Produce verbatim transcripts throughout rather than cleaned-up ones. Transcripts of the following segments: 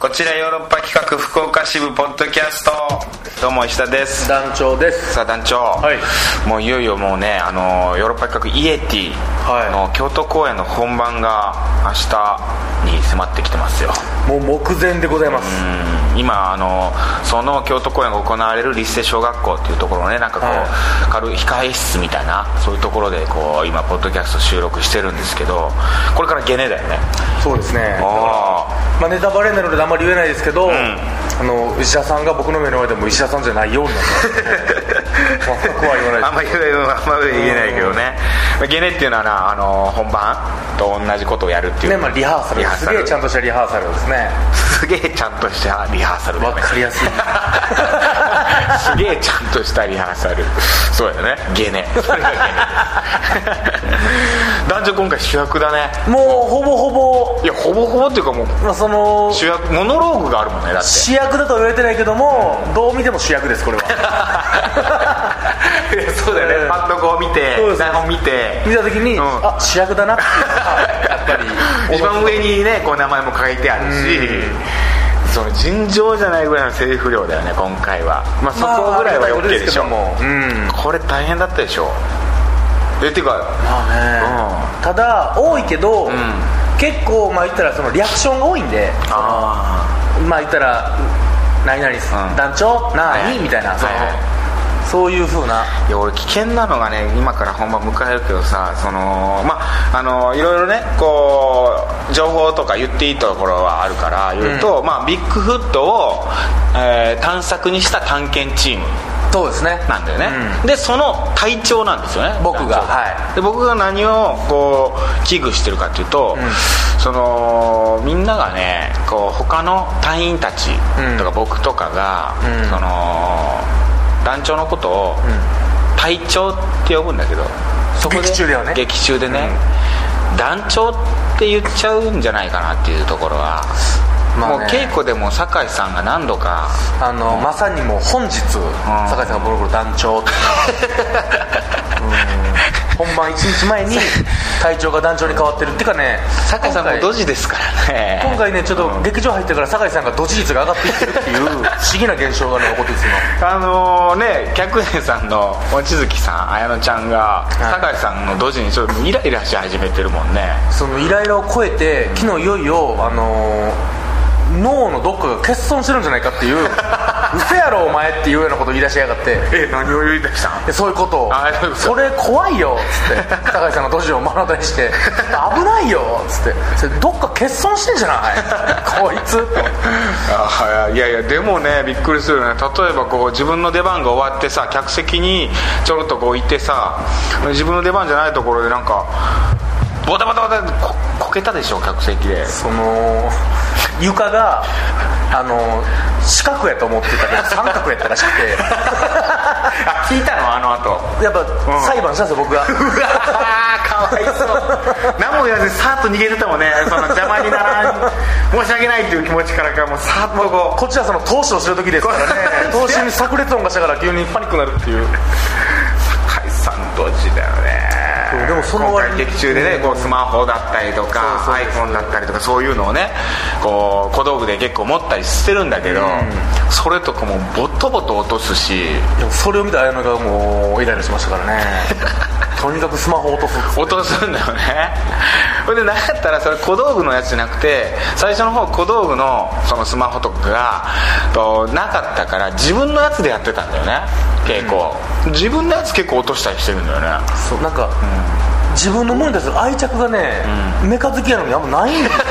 こちらヨーロッパ企画福岡支部ポッドキャスト、どうも石田です。 団長です。 さあ団長、はい、もういよいよもうね、あのヨーロッパ企画イエティの京都公演の本番が明日に迫ってきてますよ。 もう目前でございます。 うん、今あのその京都公演が行われる立成小学校っていうところね、なんかこう、はい、軽い控え室みたいなそういうところでこう今ポッドキャスト収録してるんですけど、これからゲネだよね。 そうですね。まあ、ネタバレになるのであんまり言えないですけど、うん、あの石田さんが僕の目の前でも石田さんじゃないようになってます、ね、まあ、怖い言わないです。 あんまり言えないけどね、うん、ゲネっていうのはな、あの本番と同じことをやるっていう、 ね、まあ、リハーサル、すげえちゃんとしたリハーサルですね。 すげえちゃんとしたリハーサル、ね、 分かりやすいすげえちゃんとしたリハーサル、そうだよね、ゲネそれがゲネ男女今回主役だね。 もうほぼほぼ、 いやほぼほぼっていうかもう、まあ、その主役、モノローグがあるもんね。だって主役だとは言われてないけども、どう見ても主役ですこれはそうだよね、えー、パッとこう見て台本見て見た時に、うん、あ主役だなっていうやっぱり一番上にねこう名前も書いてあるし、その尋常じゃないぐらいのセリフ量だよね今回は。まあそこぐらいは OK でしょ。もう、うん、これ大変だったでしょ。えっていうかまあね、うん、ただ多いけど、うん、結構まあ言ったらそのリアクションが多いんで、あまあ言ったら何々、うん、団長何、はい、みたいな、その、はいはい、そういう風な。 いや俺危険なのがね、今から本番迎えるけどさ、そのまああのいろいろねこう情報とか言っていいところはあるから言うと、うん、まあビッグフットを、えー、探索にした探検チーム。 そうですね。 なんだよね、うん、でその隊長なんですよね僕が、はい、 で僕が何をこう危惧してるかっていうと、うん、そのみんながねこう他の隊員たちとか僕とかが、うん、その団長のことを、うん、隊長って呼ぶんだけど、そこで劇中ではね劇中でね、うん、団長って言っちゃうんじゃないかなっていうところは、まあね、もう稽古でも酒井さんが何度かあの、うん、まさにもう本日、うん、酒井さんがボロボロ団長ってうん本番いちにちまえに隊長が団長に変わってるっていうかね、 酒井さんもドジですからね。 今回ねちょっと劇場入ってから酒井さんがドジ率が上がっていってるっていう不思議な現象がね起こってるんですよ。 あのね客演さんの望月さん、綾乃ちゃんが、はい、酒井さんのドジにちょっとイライラし始めてるもんね。 そのイライラを超えて昨日いよいよあのー脳のどっかが欠損してるんじゃないかっていう嘘やろお前っていうようなことを言い出しやがってえ何を言い出したん。 そういうことをそれ怖いよっつって酒井さんのドジを目の当たりにして危ないよっつってそれどっか欠損してんじゃないこいつあいやいやでもねびっくりするよね。例えばこう自分の出番が終わってさ客席にちょろっとこういてさ自分の出番じゃないところでなんかボタボタボタって こ, こけたでしょ客席で。 その床があの四角やと思ってたけど三角やったらしくてあ聞いたのあの後やっぱ、うん、裁判したんですよ僕が。うわかわいそう何も言わずにさーっと逃げてたもんね。その邪魔にならん申し訳ないっていう気持ちからかもうさーっとこうこっちはその投資をしてる時ですからね投資に炸裂音がしたから急にパニックになるっていう酒井さんドジだよね。でもその今回劇中でね、こうスマホだったりとか iPhone だったりとかそういうのをねこう小道具で結構持ったりしてるんだけど、うん、それとかもボトボト落とすし、 でもそれを見た綾乃がもうイライラしましたからねとにかくスマホを落とす落とすんだよね。それでなかったらそれ小道具のやつじゃなくて最初の方小道具のそのスマホとかがとなかったから自分のやつでやってたんだよね結構、うん、自分のやつ結構落としたりしてるんだよね。 そうなんか、うん、自分のものに対する愛着がね、うん、メカ好きやのにあんまないんですよ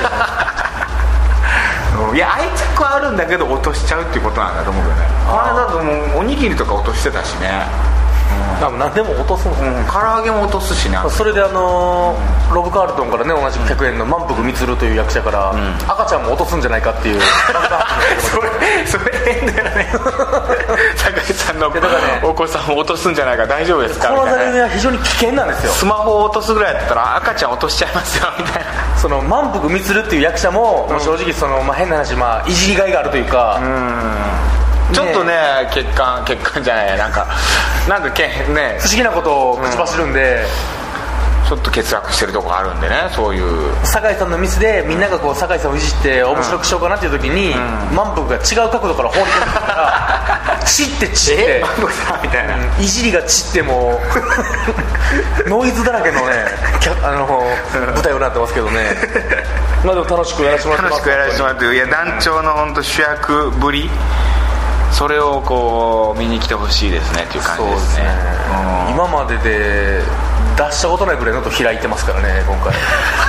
いや愛着はあるんだけど落としちゃうっていうことなんだと思うよね。あれだともうおにぎりとか落としてたしね、 うん、何でも落とすんですよ、 うん、唐揚げも落とすしね。 それであのーうん、ロブ・カールトンからね同じ客演の満腹満という役者から、うん、赤ちゃんも落とすんじゃないかっていうそれそれ変だよね酒井さんの、ね、お子さんを落とすんじゃないか大丈夫ですかこの座組は非常に危険なんですよ。 スマホを落とすぐらいだったら赤ちゃん落としちゃいますよみたいな。 その満腹満っていう役者も、うん、正直その、まあ、変な話、まあ、いじりがいがあるというか、 うんちょっとね血管血管じゃないなんかなんかけね不思議なことを口走るんで、 うん、 ちょっと欠落してるとこあるんでね、そういう酒井さんのミスでみんながこう酒井さんをいじって面白くしようかなっていう時に、うん、満腹が違う角度から放り込んでくるから散って散って満腹さんみたいな、 うん、いじりが散ってもノイズだらけのねあの舞台をなってますけどねまあでも楽しくやらせてもらってます。 楽しくやらせてもらってる。いや団長の本当主役ぶり、それをこう見に来てほしいですねっていう感じですね。そうですね、 うん、今までで出したことないぐらいのと開いてますからね今回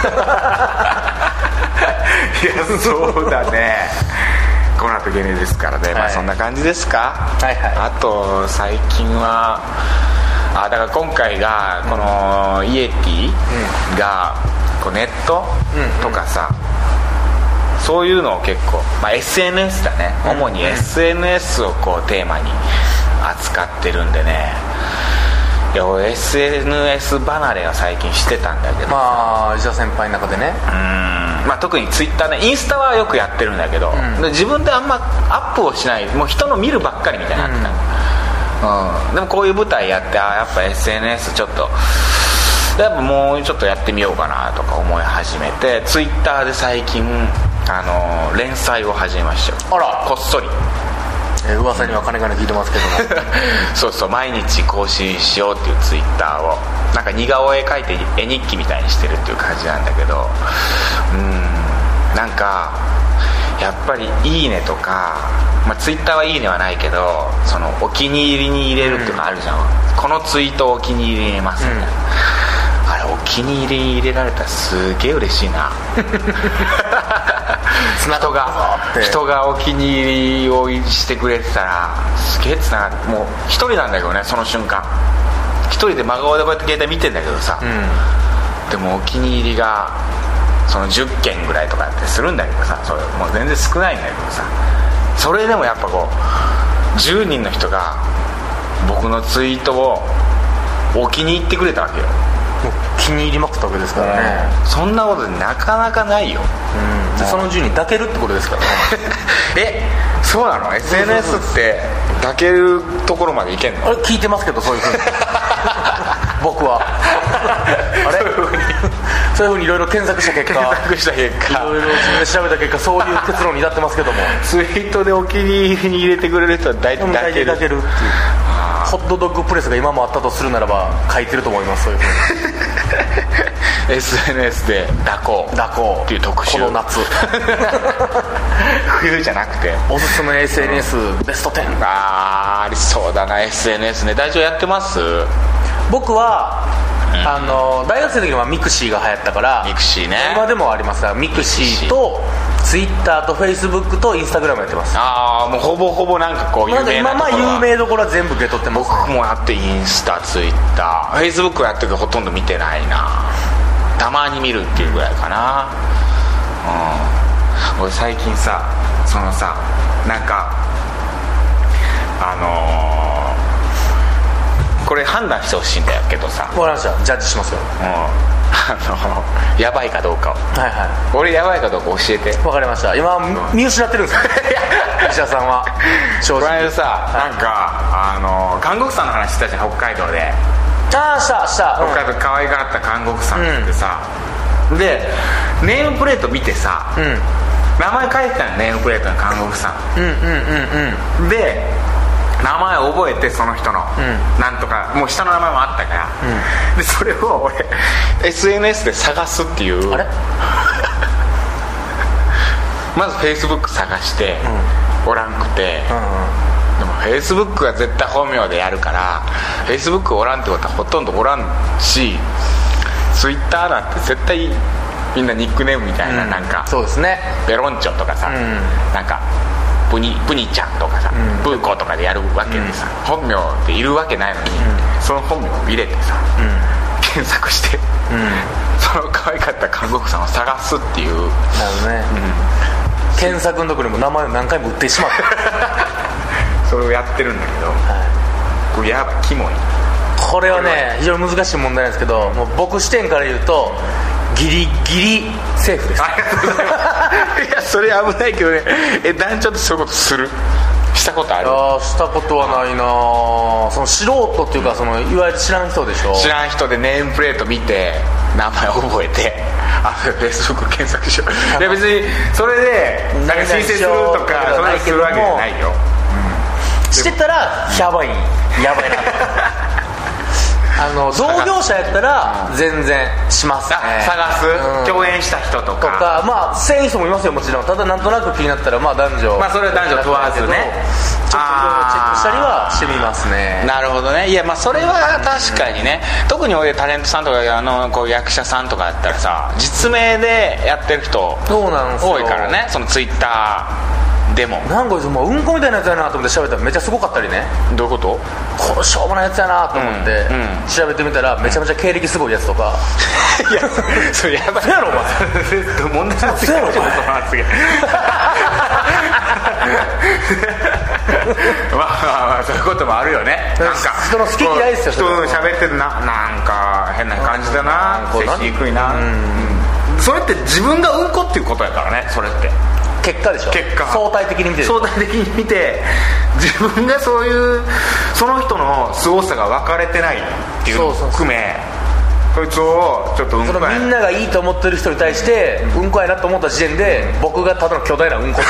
いやそうだねこの後ゲネですからね、はい、まあそんな感じですか。 はいはい。 あと最近はあだから今回がこのイエティがこうネットとかさ、うんうん、そういうのを結構、まあ、エスエヌエスだね、主に エスエヌエス をこうテーマに扱ってるんでね、いや俺 エスエヌエス 離れは最近してたんだけど、 まあ石田先輩の中でね、 うん、まあ、特にツイッターね、インスタはよくやってるんだけど、うん、で自分であんまアップをしない、もう人の見るばっかりみたいになってた、うんうん、でもこういう舞台やってあやっぱ エスエヌエス ちょっとやっぱもうちょっとやってみようかなとか思い始めて、ツイッターで最近あの連載を始めましたよ。 あら、 こっそり、 えー、噂には金々聞いてますけどもそうそう、毎日更新しようっていうツイッターをなんか似顔絵描いて絵日記みたいにしてるっていう感じなんだけど、うーん、なんかやっぱりいいねとか、まあ、ツイッターはいいねはないけど、そのお気に入りに入れるっていうのがあるじゃん、うん、このツイートをお気に入りに入れますみたいな、うん、あれお気に入りに入れられたらすげえ嬉しいな人が人がお気に入りをしてくれてたらすげえつながって、もう一人なんだけどね、その瞬間一人で真顔でこうやって携帯見てんだけどさ、うん、でもお気に入りがそのじゅっけんぐらいとかってするんだけどさ、それもう全然少ないんだけどさ、それでもやっぱこうじゅうにんの人が僕のツイートをお気に入ってくれたわけよ。 もう気に入りまくったわけですからね、 うん、そんなことなかなかないよ、 うん、でそのじゅうにん抱けるってことですからねえ、そうなの？ エスエヌエス って抱けるところまでいけんの？ あれ聞いてますけど、そういうふうに僕はあれそういうふうにいろいろ検索した結果検索した結果いろいろ自分で調べた結果そういう結論に至ってますけどもツイートでお気に入りに入れてくれる人は大体抱ける抱けるっていう、ホットドッグプレスが今もあったとするならば書いてると思います、そういうふうにエスエヌエス で抱こう抱こうっていう特集、 この夏冬じゃなくておすすめ エスエヌエス ベストじゅう。 あーありそうだな エスエヌエス ね。大丈夫やってます？ 僕は、うん、あの大学生の時はミクシーが流行ったからミクシーね、 今でもありますがミクシーとツイッターとフェイスブックとインスタグラムやってます。 ああ、もうほぼほぼなんかこう有名なところは、 今まあ有名どころは全部受け取ってます、ね、 僕もやってインスタツイッターフェイスブックはやってるけどほとんど見てないな、たまに見るっていうぐらいかな。うん、俺最近さ、そのさ、なんかあのー、これ判断してほしいんだけどさ、 分かりました、ジャッジしますよ、 うん、あのやばいかどうかを、 はいはい、 俺やばいかどうか教えて。 分かりました。今、うん、見失ってるんですよ石田さんは正直この間さ、はい、なんかあの看護婦さんの話してたじゃん、北海道で。 ああ、したした、 北海道で可愛がった看護婦さんってさ、うん、でネームプレート見てさ、うん、名前書いてたの、ネームプレートの看護婦さん、うんうんうんうん、で名前覚えて、その人の、うん、なんとかもう下の名前もあったから、うん、でそれを俺 エスエヌエス で探すっていう、 あれまず Facebook 探して、うん、おらんくて、うんうん、でも Facebook は絶対本名でやるから Facebook おらんってことはほとんどおらんし、 Twitter なんて絶対みんなニックネームみたいな、うん、なんかそうですね、 ベロンチョとかさ、うん、なんかプニプニちゃんとかさ、うん、プーコとかでやるわけでさ、うん、本名っているわけないのに、うん、その本名を入れてさ、うん、検索して、うん、その可愛かった看護婦さんを探すっていう。なるほどね、うん、検索のところにも名前を何回も打ってしまってそれをやってるんだけど、はい、これやばキモい。 これはね非常に難しい問題なんですけど、もう僕視点から言うとギリギリセーフです。 いやそれ危ないけどね。え団長ってそういうことする？ したことある？ いやしたことはないな。その素人っていうか、うん、そのいわゆる知らん人でしょ。 知らん人でネームプレート見て名前覚えて、あ、フェイスブック検索しよう。いや別にそれでなんか申請するとかそういうのするわけじゃないよ、 うん、してたらやばいやばいなあの同業者やったら全然しますね。 探す、うん、共演した人とかとか、まあせん人もいますよもちろん。ただなんとなく気になったら、まあ男女、 まあそれは男女問わずね、ちょっといろいろチェックしたりはしてみますね。 なるほどね。いやまあそれは確かにね、うん、特に俺タレントさんとかあのこう役者さんとかやったらさ、実名でやってる人多いからね。そのツイッターでもなんかもううんこみたいなやつやなと思って調べたらめっちゃすごかったりね。 どういうこと？ これしょうもないやつやなと思って、うんうん、調べてみたらめちゃめちゃ経歴すごいやつとかいやそれやばい。 そうやろお前問題なすぎる。そうやろお前まあまあまあそういうこともあるよね。なんか人の好き嫌いですよ。 人の喋ってるな、なんか変な感じだな、接しにくいな、うん、それって自分がうんこっていうことやからね。それって結果でしょ。 結果相対的に見て相対的に見て自分がそういうその人の凄さが分かれてないっていうのを含め、そいつをちょっとうんこやみんながいいと思ってる人に対してうんこやなと思った時点で僕がただの巨大なうんこ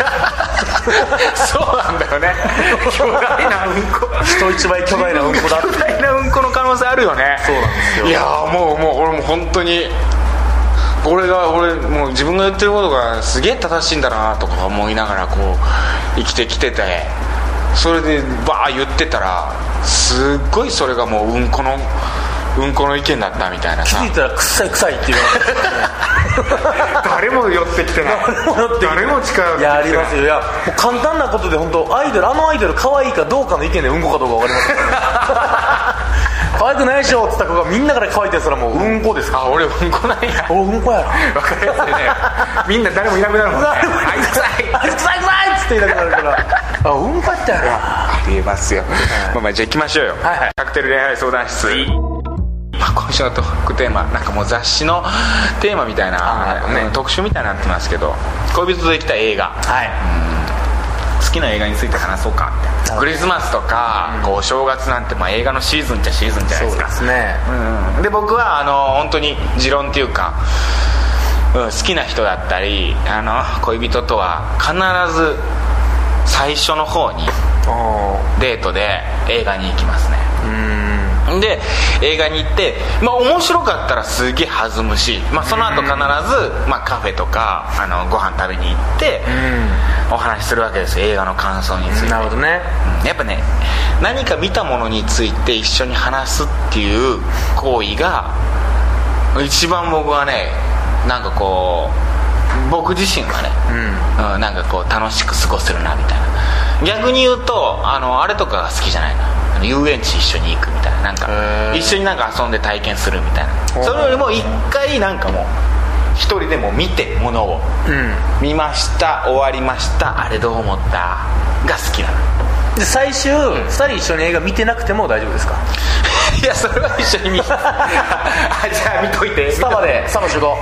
そうなんだよね。巨大なうんこ人一倍巨大なうんこだって巨大なうんこの可能性あるよね。 そうなんですよ。 いやもうもう俺も本当に俺が俺もう自分が言ってることがすげえ正しいんだなとか思いながらこう生きてきてて、それでバー言ってたらすっごいそれがもううんこのうんこの意見だったみたいなさ。 気づいたら臭い臭いって言われて誰も寄ってきてない。誰も近寄ってきてない。 いやありますよ。いやもう簡単なことで本当アイドルあのアイドル可愛いかどうかの意見でうんこかどうか分かりますよ可愛くないでしょって言った子がみんなから可愛いってやつらもううんこですか。 あ俺うんこなんや。 俺うんこやな。 分かりやすいね。みんな誰もいなくなるもんね。あいつ臭いあいつ臭い臭いっつって言いなくなるからあうんこやったやな。 ありえますよ、はい、まあまあじゃあ行きましょうよ、はいはい、カクテル恋愛相談室。まあ、今週のトークテーマなんかもう雑誌のテーマみたいな、ね、特集みたいになってますけど、恋人とできた映画、はい、うん、好きな映画について話そうかって。クリスマスとか、うん、こうお正月なんて、まあ、映画のシーズンっちゃシーズンじゃないですか。 そうですね、 うん、で僕はあの本当に持論っていうか、うん、好きな人だったりあの恋人とは必ず最初の方にデートで映画に行きますね。うんで映画に行って、まあ、面白かったらすげえ弾むし、まあ、その後必ず、まあ、カフェとかあのご飯食べに行ってお話しするわけですよ、映画の感想について。 なるほどね、 うん、やっぱね何か見たものについて一緒に話すっていう行為が一番僕はねなんかこう僕自身はね、うんうん、なんかこう楽しく過ごせるなみたいな。逆に言うとあのあれとかが好きじゃないな、遊園地一緒に行くみたいな、なんか一緒になんか遊んで体験するみたいな。それよりも一回なんかもう一人でも見てものを、うん、見ました終わりましたあれどう思ったが好きなの。 で最終、うん、ふたり一緒に映画見てなくても大丈夫ですか？ いやそれは一緒に見あじゃあ見といて。 スタバでスタバ集合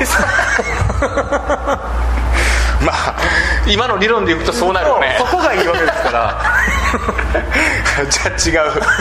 まあ今の理論でいくとそうなるよね。 そこがいいわけですからじゃあ違うごめんじ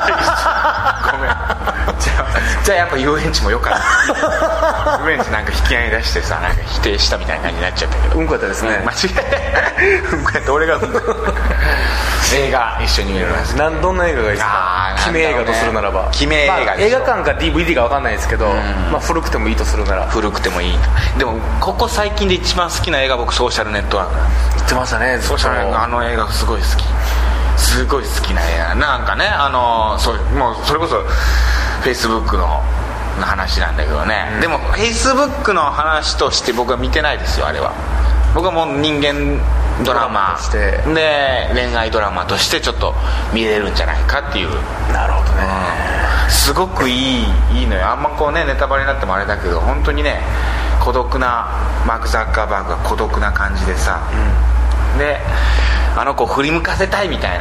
ゃあ、じゃあやっぱ遊園地もよかった遊園地なんか引き合い出してさなんか否定したみたいな感じになっちゃったけど、 うんこやったですね、 うん、間違えうんこやった俺がうんこ映画一緒に見れますけど。 どんな映画がいいですか？決め映画とするならば決め映画でしょ、まあ、 映画館か ディーブイディー か分かんないですけど、うんまあ、古くてもいいとするなら古くてもいい。でもここ最近で一番好きな映画僕ソーシャルネットワークなんです。 言ってましたね。 ソーシャルネットワークあの映画すごい好きすごい好きな映画なんかねあのそうもうそれこそフェイスブックの話なんだけどね、うん、でもフェイスブックの話として僕は見てないですよあれは。僕はもう人間ドラマで恋愛ドラマとしてちょっと見れるんじゃないかっていう。 なるほどね、 うん、すごくいいいいのよ。あんまこうねネタバレになってもあれだけど本当にね孤独なマーク・ザッカーバーグが孤独な感じでさ、うん、であの子を振り向かせたいみたいな、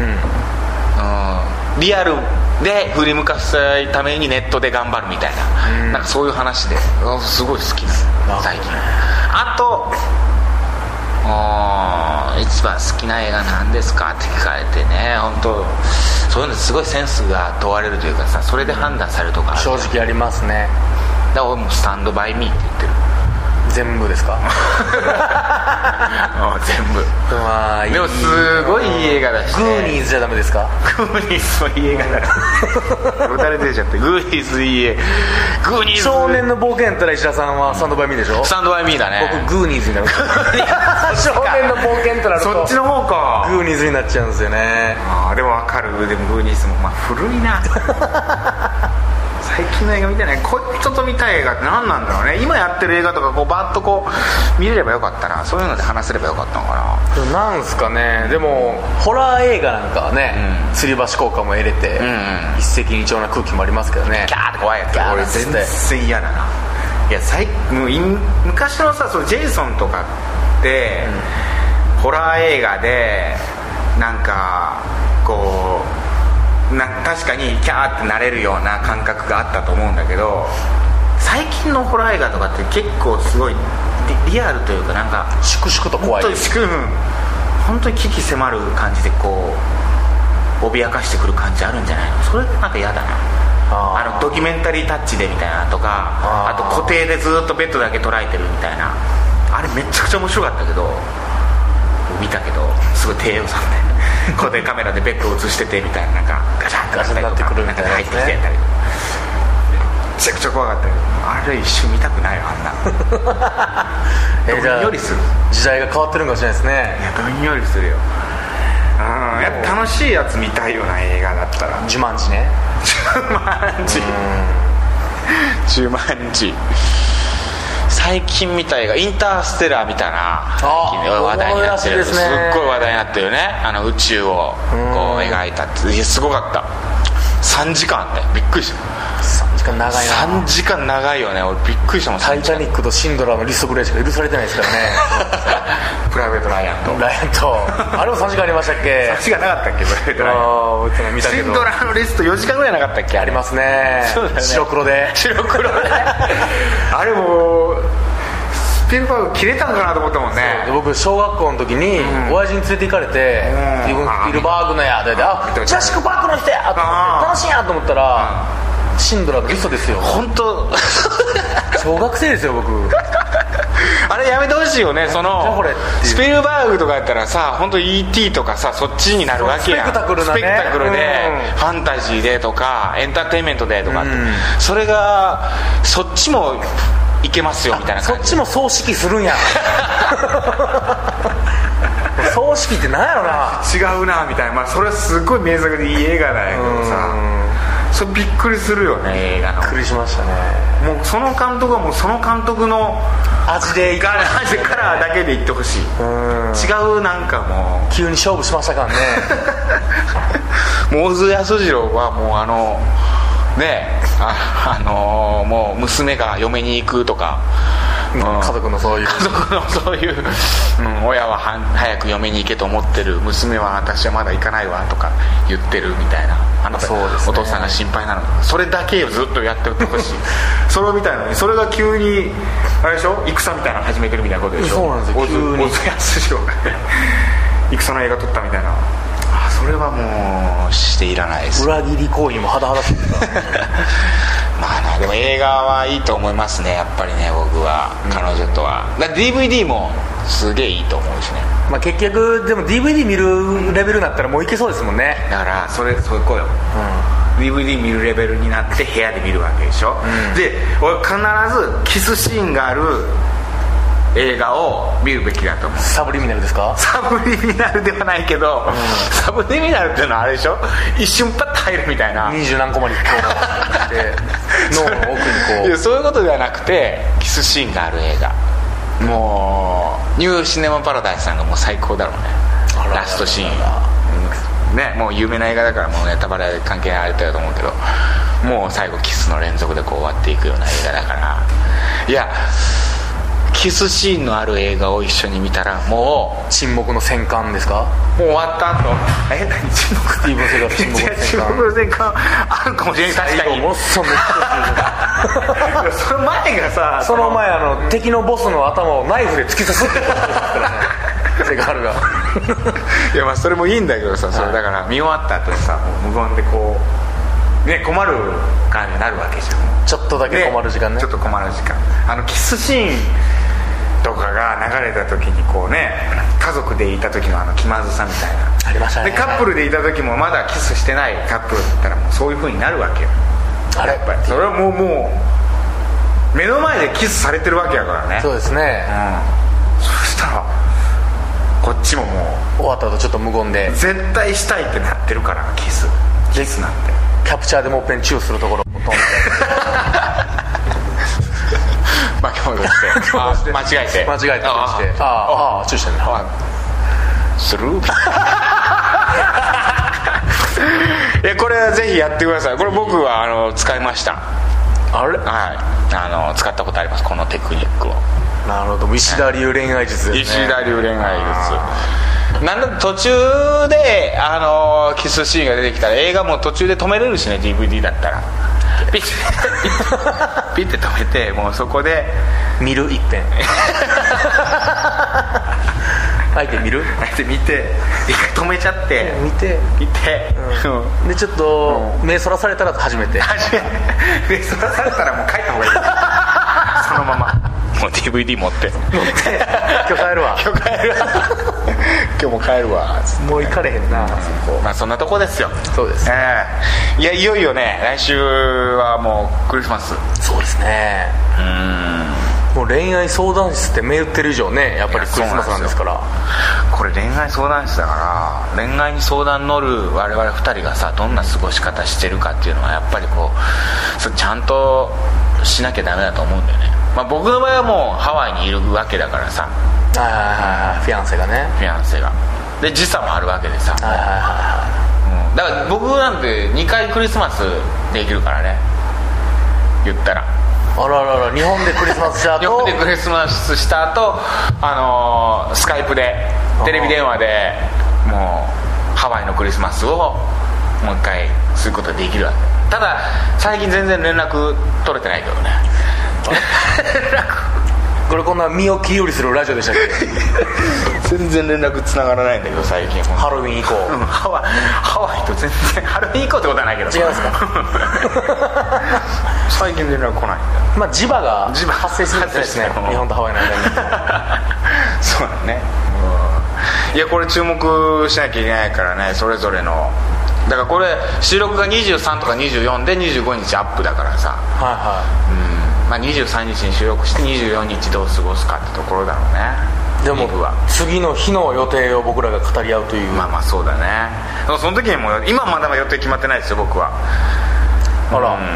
うんうん、リアルで振り向かせたいためにネットで頑張るみたいな、うん、なんかそういう話ですごい好きな最近。あとあ一一番好きな映画何ですかって聞かれてね、本当そういうのすごいセンスが問われるというかさ、それで判断されるとかある、 正直ありますね。 だから俺もスタンドバイミーって言ってる。 全部ですか？ 全部。まあ、でもすごいいい映画だし、ね、 グーニーズじゃダメですか？ グーニーズもいい映画だから打たれてちゃって。グーニーズいい映画。グーニーズ少年の冒険やったら石田さんはスタンドバイミーでしょ？ スタンドバイミーだね。 僕グーニーズになる少年の冒険となるとそっちの方か。 グーニーズになっちゃうんですよね。 ああでも分かる。でもグーニーズもまあ古いな最近の映画見てない。こっちと見たい映画って何なんだろうね。今やってる映画とかこうバッとこう見れればよかったな。そういうので話せればよかったのかな。 でもなんすかね。でもホラー映画なんかはね、うん、吊り橋効果も得れて、うんうん、一石二鳥な空気もありますけどね。 ギャーって怖いやつ。俺全然嫌だな。いや最もう昔のさ、そのジェイソンとかって、うん、ホラー映画でなんかこうな確かにキャーってなれるような感覚があったと思うんだけど、最近のホラー映画とかって結構すごい リ, リアルというか、なんか粛々と怖い本当に本当に危機迫る感じでこう脅かしてくる感じあるんじゃないの。それなんか嫌だな。ああのドキュメンタリータッチでみたいなとか、 あ, あと固定でずっとベッドだけ捉えてるみたいな、あれめちゃくちゃ面白かったけど、見たけどすごい低予算で固定カメラでベッドを映しててみたいな、なんかガチャッてなってくるみたいな、入ってきてやったり、めちゃくちゃ怖かったけど、あれ一瞬見たくないよあんなえー、じゃあどんよりする。 時代が変わってるかもしれないですね。 いやどんよりするよ。うん、やっぱ楽しいやつ見たいような映画だったら。 ジュマンジね。 ジュマンジジュマンジ最近見た映画インターステラー見たな。最近話題になってる。すっごい話題になってるね。あの宇宙をこう描いたって。いやすごかった。さんじかんあってびっくりした。 さんじかん長いな。 さんじかん長いよね。俺びっくりしたもん。 タイタニックとシンドラーのリストぐらいしか許されてないですからねプライベートライアンとライアンとあれもさんじかんありましたっけ？ さんじかんなかったっけ？プライベートライアン。あ見たけどシンドラーのリストよじかんぐらいなかったっけ？ ありますね。そうだね。白黒で白黒であれもうスピルバーグ切れたんかなと思ったもんね。 僕小学校の時に親父に連れて行かれて、うん、スピルバーグのやで、あジャシック・パークの人やと思って楽しいやと思ったらシンドラーのリストですよ。 本当小学生ですよ僕あれやめてほしいよね。そのスピルバーグとかやったらさ、本当 イーティー とかさ、そっちになるわけやん。 スペクタクルなね、 スペクタクルで、うん、ファンタジーでとかエンターテインメントでとかって、うん、それがそっちもいけますよみたいな感じ。 そっちも葬式するんや葬式って何やろな。 違うなみたいな、まあ、それはすごい名作でいい映画だけどさ、それびっくりするよね映画の。 びっくりしましたね。 もうその監督はもうその監督の味でカラーだけでいってほしい。うん違うなんかもう急に勝負しましたからねもう小津安二郎はもうあのねあ、あのー、もう娘が嫁に行くとか、 うん、家族のそういう家族のそういう、うん、親はは早く嫁に行けと思ってる、娘は私はまだ行かないわとか言ってるみたいな、あなた、ね、お父さんが心配なの、それだけをずっとやっておってほしいそれみたいなのに、それが急にあれでしょ、戦みたいなの始めてるみたいなことでしょ。 そうなんですよ、急に小津安二郎が戦の映画撮ったみたいな。それはもうしていらないです。 裏切り行為も肌肌しいまあな、でも映画はいいと思いますね、やっぱりね、僕は、うん、彼女とは。だ ディーブイディー もすげえいいと思うしね。 まあ結局でも ディーブイディー 見るレベルになったらもういけそうですもんね。 だからそれそういう子よ、うん、ディーブイディー 見るレベルになって部屋で見るわけでしょ、うん、で俺必ずキスシーンがある映画を見るべきだと思う。 サブリミナルですか？ サブリミナルではないけど、うん、サブリミナルっていうのはあれでしょ、一瞬パッと入るみたいな、 二十何個までこうで脳の奥にこういやそういうことではなくて、キスシーンがある映画、もうニューシネマパラダイスさんがもう最高だろうね。ラストシーン、うん、ね、もう有名な映画だからもうネタバレ関係ないと思うけど、もう最後キスの連続でこう終わっていくような映画だから、いやキスシーンのある映画を一緒に見たらもう沈黙の戦艦ですか？ もう終わった後、え何沈黙スティーブン・セガール沈黙の戦艦沈黙の戦艦あるかもしれない。確かにもっそめっちゃその前がさ、 その前あの敵のボスの頭をナイフで突き刺すってことですからねセガールがいやまあそれもいいんだけどさ、それだから見終わった後にさもう無言でこうね困る感じになるわけじゃん。 ちょっとだけ困る時間ね。 ちょっと困る時間、あのキスシーンとかが流れた時にこうね、家族でいた時のあの気まずさみたいなありましたね。 でカップルでいた時もまだキスしてないカップルだったらもうそういう風になるわけよ。 あれやっぱりそれはもうもう目の前でキスされてるわけやからね。 そうですね、 うん、そしたらこっちももう終わった後ちょっと無言で絶対したいってなってるから、キスキスなんてキャプチャーでもう一遍チューするところを飛んで巻き戻して間違えて間違えてしてああああチューしてんだするいやこれはぜひやってください。これ僕はあの使いました。 あれ、 はい、あの使ったことあります、このテクニックを。 なるほど、石田流恋愛術ですね。 石田流恋愛術なんだ、途中であのキスシーンが出てきたら映画も途中で止めれるしね、 ディーブイディー だったらピッピッて止めて、もうそこで見る一遍相手見る相手見て一回止めちゃって見て見て、 うん、でちょっと、うん、目そらされたら初めて初めて目そらされたらもう帰った方がいいそのままもう ディーブイディー 持って持って今日帰るわ今日帰るわ今日も帰るわもう行かれへんな、うん、 そこまあそんなとこですよ。 そうです、 えー、いやいよいよね、来週はもうクリスマス。 そうですね、 うーん、 もう恋愛相談室って銘打ってる以上ね、やっぱりクリスマスなんですから。 これ恋愛相談室だから恋愛に相談乗る我々ふたりがさ、どんな過ごし方してるかっていうのはやっぱりこうそちゃんとしなきゃダメだと思うんだよね。まあ、僕の場合はもうハワイにいるわけだからさ、 はいはいはい、フィアンセがね、 フィアンセがで時差もあるわけでさ、 はいはいはい、 うん、だから僕なんてにかいクリスマスできるからね、言ったら。 あららら、日本でクリスマスした後日本でクリスマスした後、あのー、スカイプでテレビ電話でもうハワイのクリスマスをもう一回することができるわけ。ただ最近全然連絡取れてないけどね連絡これこんな身を切り売りするラジオでしたっけ全然連絡つながらないんだけど最近。 ハロウィン以降、 うん、ハワイハワイと全然ハロウィン以降ってことはないけど違いますか最近連絡来ないんだよ。 まあ磁場が発生するんですね日本とハワイの間にそうだね、うん、いやこれ注目しなきゃいけないからね、それぞれの。だからこれ収録がにじゅうさんとかにじゅうよんでにじゅうごにちアップだからさ、 はいはい、 うん、まあ、にじゅうさんにちに収録してにじゅうよっかどう過ごすかってところだろうね。 でも次の日の予定を僕らが語り合うという。 まあまあそうだね。でもその時にも今まだ予定決まってないですよ僕は。 あら、 うん、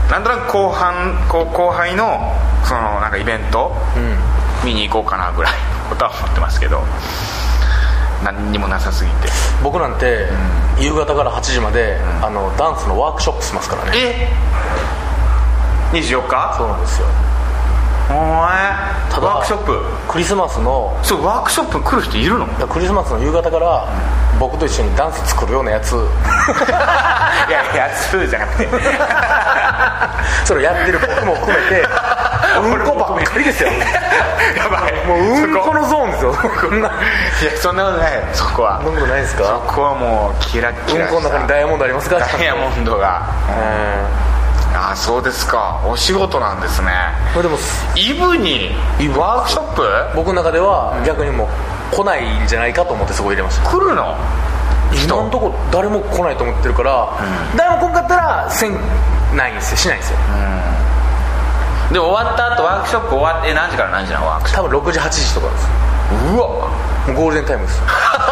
なんとなく後半後後輩のそのなんかイベント、うん、見に行こうかなぐらいのことは思ってますけど、何にもなさすぎて。 僕なんて、うん、夕方からはちじまで、うん、あのダンスのワークショップしますからね。 えにじゅうよっか？ そうなんですよ。 お前ただワークショップクリスマスのそうワークショップ来る人いるの？ クリスマスの夕方から、うん、僕と一緒にダンス作るようなやついややつじゃなくてそれやってる僕も含めてうんこばっかりですよやばい、 もううんこのゾーンですよこんな。いやそんなことない、そこはそんなことないですか？ そこはもうキラッキラしたうんこの中にダイヤモンドありますか？ ダイヤモンドが、うんああそうですか、お仕事なんですね。 でもイブにワークショップ？ 僕の中では逆にもう来ないんじゃないかと思ってそこ入れました。 来るの？ 今のとこ誰も来ないと思ってるから、うん、誰も来んかったらせんないんですよ、しないんですよ、 うん、で終わった後ワークショップ終わって何時から何時なのワークショップ？ 多分ろくじはちじとかです。 うわもうゴールデンタイムです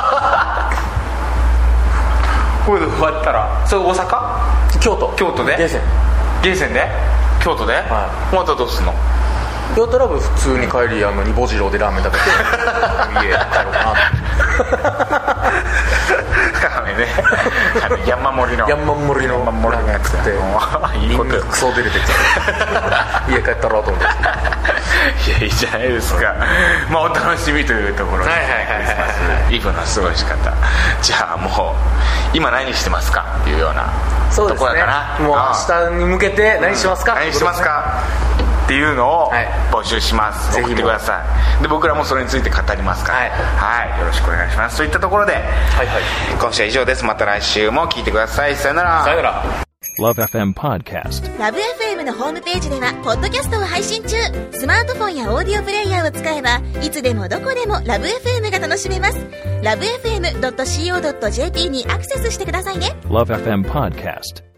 これで終わったらそれ大阪？ 京都京都でゲーセンゲーセンで京都で、はい、またどうすんの？ 京都ラブ普通に帰りあのにぼ次郎でラーメン食べて家帰ろうかなラーメンね山盛りの山盛りの山盛りのやつでいいことクソ出れてきた家帰ったろうと思っていやいいじゃないですかまあお楽しみというところで、はいはいはいはい、イブの過ごし方。じゃあもう今何してますかっていうようなそうですね、 ところだかな。 もう明日に向けて何しますか、 うん、何しますかっていうのを募集します、はい、送ってください。で僕らもそれについて語りますから、はいはい、よろしくお願いします。といったところで、はいはい、今週は以上です。また来週も聞いてください。さよなら。 さよなら。 ラブ エフエム Podcast。 ラブ エフエム のホームページではポッドキャストを配信中。スマートフォンやオーディオプレイヤーを使えばいつでもどこでもラブ エフエム が楽しめます。ラブ エフエムドットシーオードットジェーピー にアクセスしてくださいね。 ラブ エフエム Podcast。